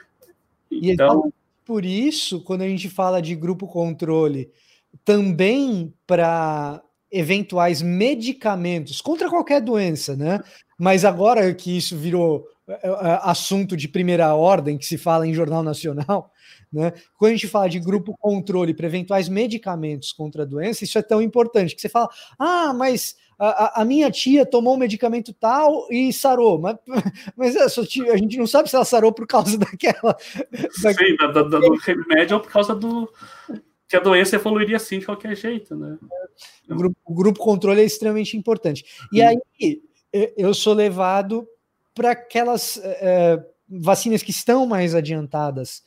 Então... Por isso, quando a gente fala de grupo controle, também para eventuais medicamentos contra qualquer doença, né? Mas agora que isso virou assunto de primeira ordem, que se fala em jornal nacional, né? Quando a gente fala de grupo controle para eventuais medicamentos contra a doença, isso é tão importante, que você fala, ah, mas a, a minha tia tomou um medicamento tal e sarou, mas, mas a, sua tia, a gente não sabe se ela sarou por causa daquela... Sim, da, da, do remédio ou por causa do... que a doença evoluiria assim de qualquer jeito, né? O grupo, o grupo controle é extremamente importante. E aí, eu sou levado para aquelas é, vacinas que estão mais adiantadas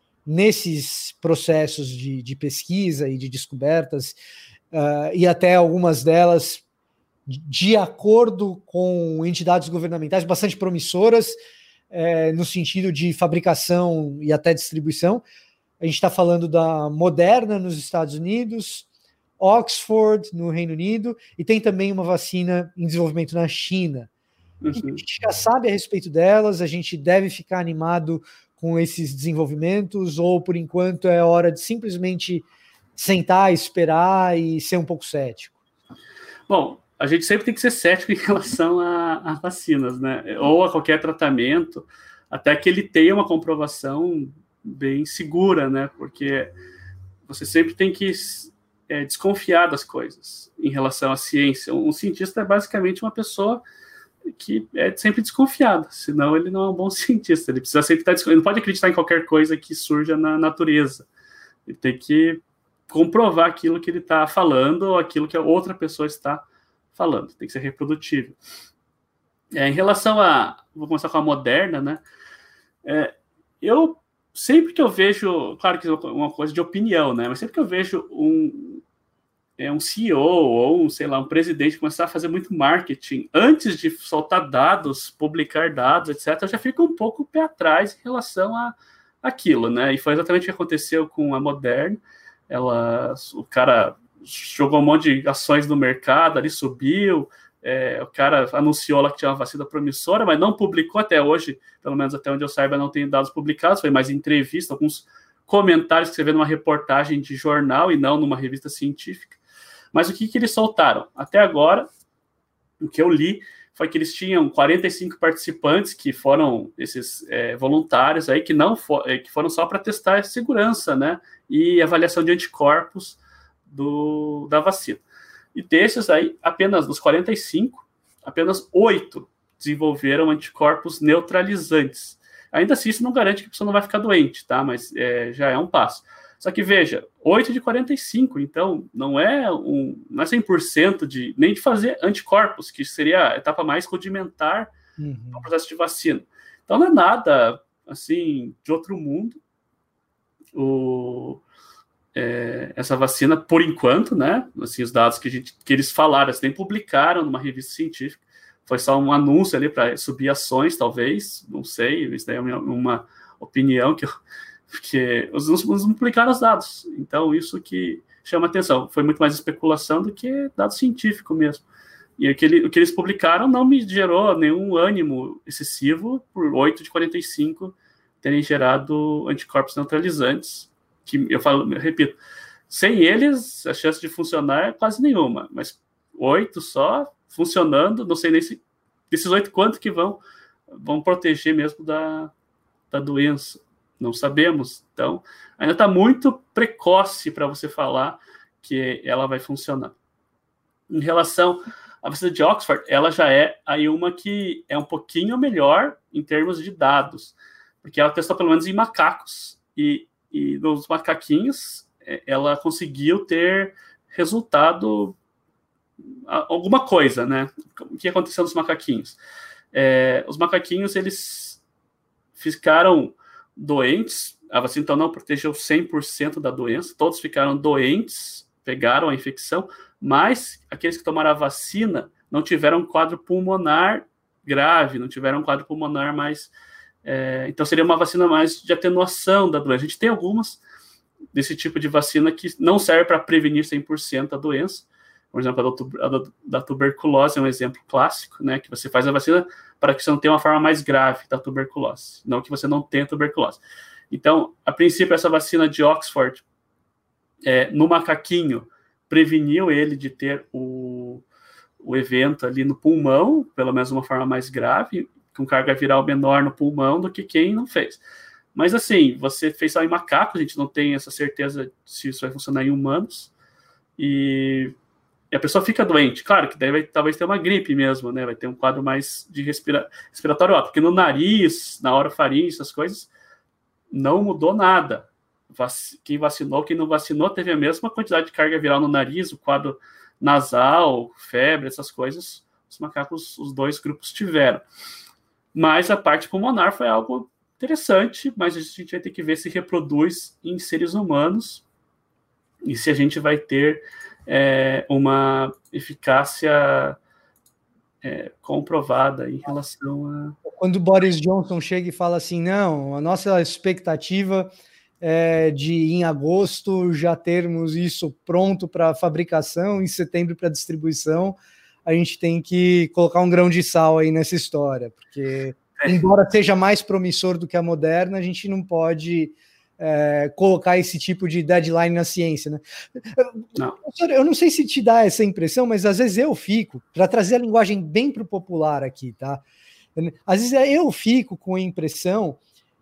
nesses processos de, de pesquisa e de descobertas, uh, e até algumas delas de acordo com entidades governamentais bastante promissoras, é, no sentido de fabricação e até distribuição. A gente está falando da Moderna nos Estados Unidos, Oxford no Reino Unido, e tem também uma vacina em desenvolvimento na China. Uhum. A gente já sabe a respeito delas, a gente deve ficar animado com esses desenvolvimentos, ou por enquanto é hora de simplesmente sentar, esperar e ser um pouco cético? Bom, a gente sempre tem que ser cético em relação a, a vacinas, né? Ou a qualquer tratamento, até que ele tenha uma comprovação bem segura, né? Porque você sempre tem que é, desconfiar das coisas em relação à ciência. Um cientista é basicamente uma pessoa que é sempre desconfiada, senão ele não é um bom cientista. Ele precisa sempre estar desconfiado. Ele não pode acreditar em qualquer coisa que surja na natureza. Ele tem que comprovar aquilo que ele está falando ou aquilo que a outra pessoa está falando. Tem que ser reprodutível. É, em relação a... Vou começar com a Moderna, né? É, eu, sempre que eu vejo... Claro que é uma coisa de opinião, né? Mas sempre que eu vejo um, é, um C E O ou, um, sei lá, um presidente começar a fazer muito marketing antes de soltar dados, publicar dados, etcétera, eu já fico um pouco pé atrás em relação a aquilo, né? E foi exatamente o que aconteceu com a Moderna. Ela, o cara jogou um monte de ações no mercado, ali subiu, é, o cara anunciou lá que tinha uma vacina promissora, mas não publicou até hoje, pelo menos até onde eu saiba, não tem dados publicados, foi mais entrevista, alguns comentários que você vê numa reportagem de jornal e não numa revista científica. Mas o que, que eles soltaram? Até agora, o que eu li foi que eles tinham quarenta e cinco participantes que foram esses é, voluntários aí, que, não for, é, que foram só para testar a segurança, né, e avaliação de anticorpos do, da vacina. E desses aí, apenas dos quarenta e cinco, apenas oito desenvolveram anticorpos neutralizantes. Ainda assim, isso não garante que a pessoa não vai ficar doente, tá? Mas é, já é um passo. Só que, veja, oito de quarenta e cinco, então não é, um, não é cem por cento de, nem de fazer anticorpos, que seria a etapa mais rudimentar uhum. no processo de vacina. Então não é nada, assim, de outro mundo. O... É, essa vacina, por enquanto, né, assim, os dados que, a gente, que eles falaram, eles nem publicaram numa revista científica, foi só um anúncio ali para subir ações, talvez, não sei, isso daí é uma, uma opinião que eu, porque os não publicaram os dados, então isso que chama atenção, foi muito mais especulação do que dado científico mesmo, e aquele, o que eles publicaram não me gerou nenhum ânimo excessivo por oito de quarenta e cinco terem gerado anticorpos neutralizantes, que eu falo, eu repito, sem eles a chance de funcionar é quase nenhuma, mas oito só funcionando, não sei nem se desses oito quanto que vão, vão proteger mesmo da, da doença. Não sabemos. Então, ainda está muito precoce para você falar que ela vai funcionar. Em relação à vacina de Oxford, ela já é aí uma que é um pouquinho melhor em termos de dados, porque ela testou pelo menos em macacos, e, e nos macaquinhos ela conseguiu ter resultado alguma coisa, né? O que aconteceu nos macaquinhos? É, os macaquinhos, eles ficaram doentes, a vacina então não protegeu cem por cento da doença, todos ficaram doentes, pegaram a infecção, mas aqueles que tomaram a vacina não tiveram um quadro pulmonar grave, não tiveram um quadro pulmonar mais... É, então seria uma vacina mais de atenuação da doença. A gente tem algumas desse tipo de vacina que não serve para prevenir cem por cento a doença. Por exemplo, a da, da tuberculose é um exemplo clássico, né? Que você faz a vacina para que você não tenha uma forma mais grave da tuberculose, não que você não tenha tuberculose. Então, a princípio, essa vacina de Oxford, é, no macaquinho, preveniu ele de ter o, o evento ali no pulmão, pelo menos de uma forma mais grave, com carga viral menor no pulmão do que quem não fez. Mas, assim, você fez só em macaco, a gente não tem essa certeza se isso vai funcionar em humanos, e... E a pessoa fica doente. Claro que daí vai talvez ter uma gripe mesmo, né? Vai ter um quadro mais de respira... respiratório alto. Porque no nariz, na orofaringe, essas coisas, não mudou nada. Vac... Quem vacinou, quem não vacinou, teve a mesma quantidade de carga viral no nariz, o quadro nasal, febre, essas coisas. Os macacos, os dois grupos tiveram. Mas a parte pulmonar foi algo interessante, mas a gente vai ter que ver se reproduz em seres humanos e se a gente vai ter... É, uma eficácia é, comprovada em relação a... Quando o Boris Johnson chega e fala assim, não, a nossa expectativa é de em agosto já termos isso pronto para fabricação, em setembro para distribuição, a gente tem que colocar um grão de sal aí nessa história, porque é. embora seja mais promissor do que a Moderna, a gente não pode... É, colocar esse tipo de deadline na ciência, né? Não. Eu não sei se te dá essa impressão, mas às vezes eu fico, para trazer a linguagem bem para o popular aqui, tá? Às vezes eu fico com a impressão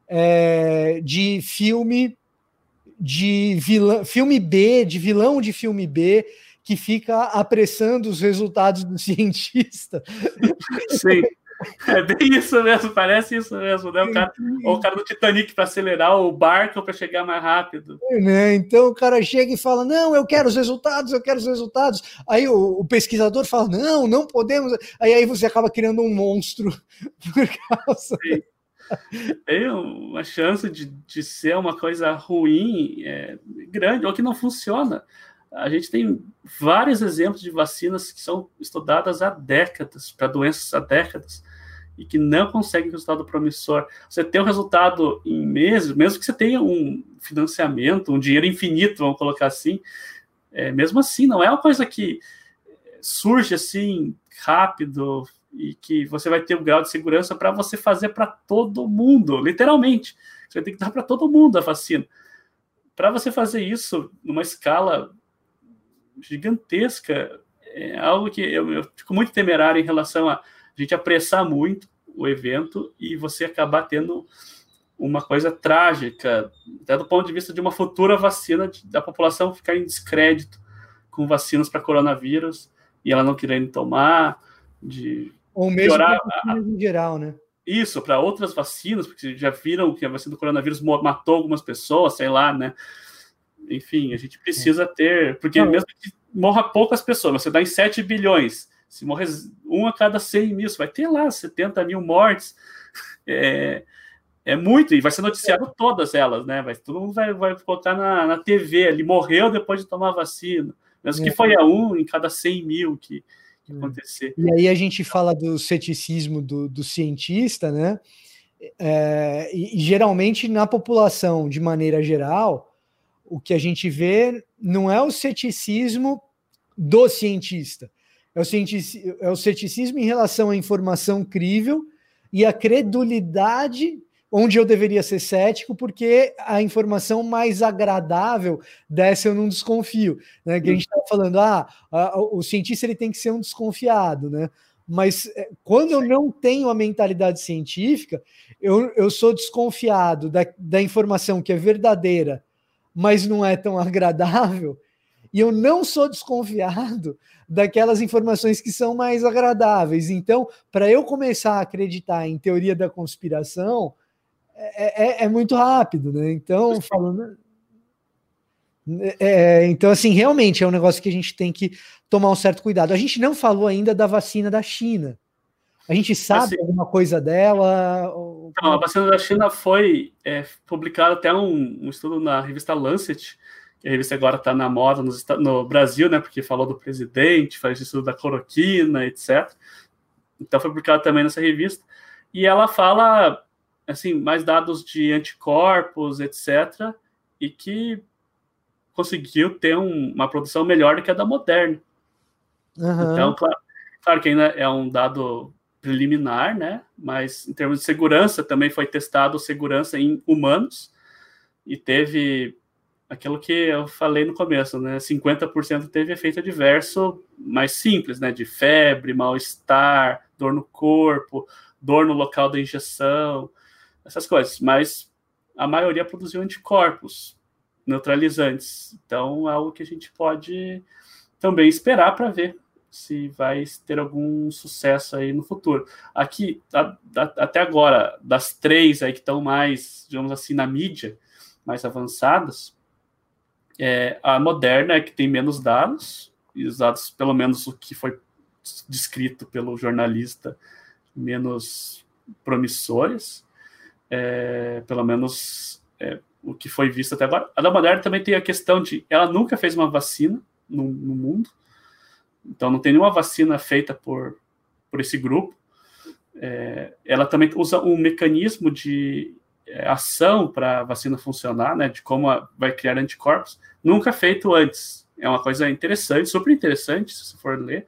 é, de filme de vilão, filme B, de vilão de filme B, que fica apressando os resultados do cientista. Sim. É bem isso mesmo, parece isso mesmo, né? O cara, ou o cara do Titanic para acelerar o barco para chegar mais rápido. É, né? Então o cara chega e fala: não, eu quero os resultados, eu quero os resultados. Aí o, o pesquisador fala: não, não podemos. Aí, aí você acaba criando um monstro por causa. Sim. Tem uma chance de, de ser uma coisa ruim, é, grande, ou que não funciona. A gente tem vários exemplos de vacinas que são estudadas há décadas, para doenças há décadas, e que não conseguem resultado promissor. Você tem um resultado em meses, mesmo que você tenha um financiamento, um dinheiro infinito, vamos colocar assim, é, mesmo assim, não é uma coisa que surge assim, rápido, e que você vai ter um grau de segurança para você fazer para todo mundo, literalmente. Você vai ter que dar para todo mundo a vacina. Para você fazer isso numa escala gigantesca, é algo que eu, eu fico muito temerário em relação a a gente apressar muito o evento e você acabar tendo uma coisa trágica, até do ponto de vista de uma futura vacina, de, da população ficar em descrédito com vacinas para coronavírus e ela não querendo tomar, de ou mesmo piorar a, em geral, né? Isso, para outras vacinas, porque já viram que a vacina do coronavírus matou algumas pessoas, sei lá, né? Enfim, a gente precisa ter... Porque não, mesmo que morra poucas pessoas, você dá em sete bilhões, se morrer um a cada cem mil, você vai ter lá setenta mil mortes. É, é muito, e vai ser noticiado todas elas, né? Vai, todo mundo vai, vai colocar na, na T V, ele morreu depois de tomar a vacina. Mesmo é. que foi a um em cada cem mil que, que é. acontecer. E aí a gente fala do ceticismo do, do cientista, né? É, e, e geralmente na população, de maneira geral, o que a gente vê não é o ceticismo do cientista, é o, cientici- é o ceticismo em relação à informação crível e a credulidade onde eu deveria ser cético, porque a informação mais agradável dessa eu não desconfio, né? Que a gente estava falando, ah, a, o cientista ele tem que ser um desconfiado, né? Mas quando eu não tenho a mentalidade científica, eu, eu sou desconfiado da, da informação que é verdadeira, mas não é tão agradável, e eu não sou desconfiado daquelas informações que são mais agradáveis. Então, para eu começar a acreditar em teoria da conspiração, é, é, é muito rápido, né? Então, falando... É, então, assim, realmente é um negócio que a gente tem que tomar um certo cuidado. A gente não falou ainda da vacina da China. A gente sabe assim, alguma coisa dela? Ou... Não, a vacina da China foi é, publicado até um, um estudo na revista Lancet, que a revista agora está na moda no, no Brasil, né? Porque falou do presidente, faz estudo da cloroquina, etcétera. Então foi publicado também nessa revista. E ela fala, assim, mais dados de anticorpos, etcétera. E que conseguiu ter um, uma produção melhor do que a da Moderna. Uhum. Então, claro, claro que ainda é um dado preliminar, né? Mas em termos de segurança, também foi testado segurança em humanos e teve aquilo que eu falei no começo, né? cinquenta por cento teve efeito adverso mais simples, né? De febre, mal-estar, dor no corpo, dor no local da injeção, essas coisas. Mas a maioria produziu anticorpos neutralizantes. Então, é algo que a gente pode também esperar para ver se vai ter algum sucesso aí no futuro. Aqui, a, a, até agora, das três aí que estão mais, digamos assim, na mídia, mais avançadas, é, a Moderna é que tem menos dados, e os dados, pelo menos o que foi descrito pelo jornalista, menos promissores, é, pelo menos é, o que foi visto até agora. A da Moderna também tem a questão de, ela nunca fez uma vacina no, no mundo, então não tem nenhuma vacina feita por, por esse grupo. É, ela também usa um mecanismo de é, ação para a vacina funcionar, né, de como a, vai criar anticorpos, nunca feito antes. É uma coisa interessante, super interessante, se você for ler,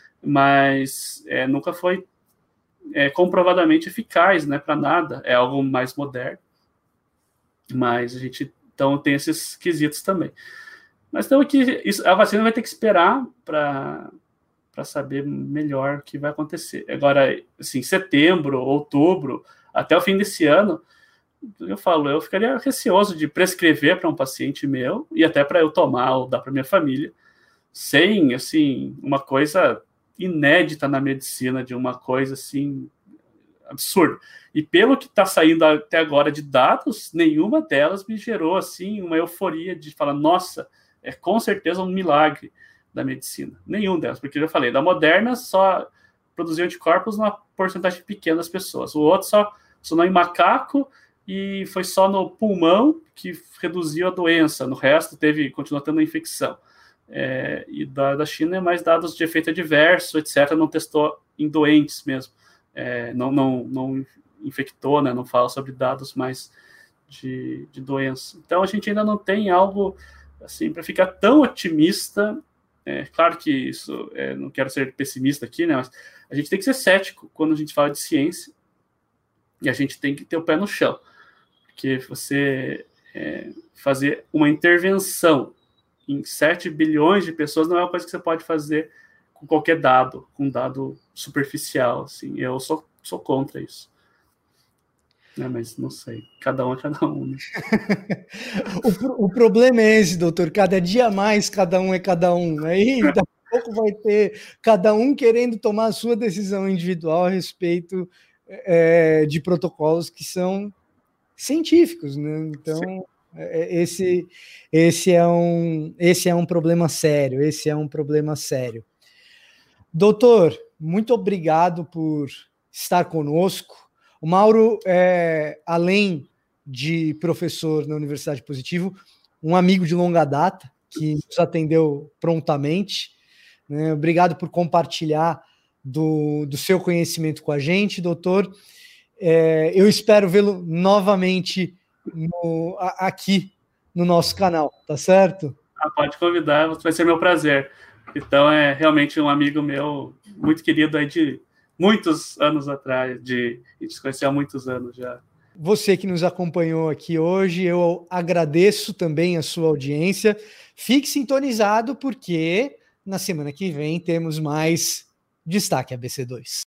mas é, nunca foi é, comprovadamente eficaz, né, para nada. É algo mais moderno. Mas a gente, então, tem esses quesitos também. Mas então aqui, isso, a vacina vai ter que esperar para saber melhor o que vai acontecer. Agora, assim, setembro, outubro, até o fim desse ano, eu falo, eu ficaria receoso de prescrever para um paciente meu, e até para eu tomar ou dar para minha família, sem, assim, uma coisa inédita na medicina, de uma coisa, assim, absurda. E pelo que está saindo até agora de dados, nenhuma delas me gerou, assim, uma euforia de falar, nossa, é com certeza um milagre da medicina. Nenhum delas, porque eu já falei, da Moderna só produziu anticorpos numa porcentagem pequena das pessoas. O outro só funcionou em macaco e foi só no pulmão que reduziu a doença. No resto, teve, continuou tendo infecção. É, e da, da China é mais dados de efeito adverso, etcétera. Não testou em doentes mesmo. É, não, não, não infectou, né? Não fala sobre dados mais de, de doença. Então, a gente ainda não tem algo assim para ficar tão otimista. É claro que isso, é, não quero ser pessimista aqui, né? Mas a gente tem que ser cético quando a gente fala de ciência, e a gente tem que ter o pé no chão, porque você é, fazer uma intervenção em sete bilhões de pessoas não é uma coisa que você pode fazer com qualquer dado, com um dado superficial, assim. Eu sou, sou contra isso. É, mas não sei, cada um é cada um. Né? o, o problema é esse, doutor, cada dia mais cada um é cada um. Aí daqui a pouco vai ter cada um querendo tomar a sua decisão individual a respeito é, de protocolos que são científicos, né? Então, é, esse, esse, é um, esse é um problema sério, esse é um problema sério. Doutor, muito obrigado por estar conosco. O Mauro, é, além de professor na Universidade Positivo, um amigo de longa data, que nos atendeu prontamente. Né? Obrigado por compartilhar do, do seu conhecimento com a gente, doutor. É, eu espero vê-lo novamente no, a, aqui no nosso canal, tá certo? Ah, pode convidar, vai ser meu prazer. Então, é realmente um amigo meu, muito querido aí de muitos anos atrás, de, a gente se conheceu há muitos anos já. Você que nos acompanhou aqui hoje, eu agradeço também a sua audiência. Fique sintonizado, porque na semana que vem temos mais Destaque A B C dois.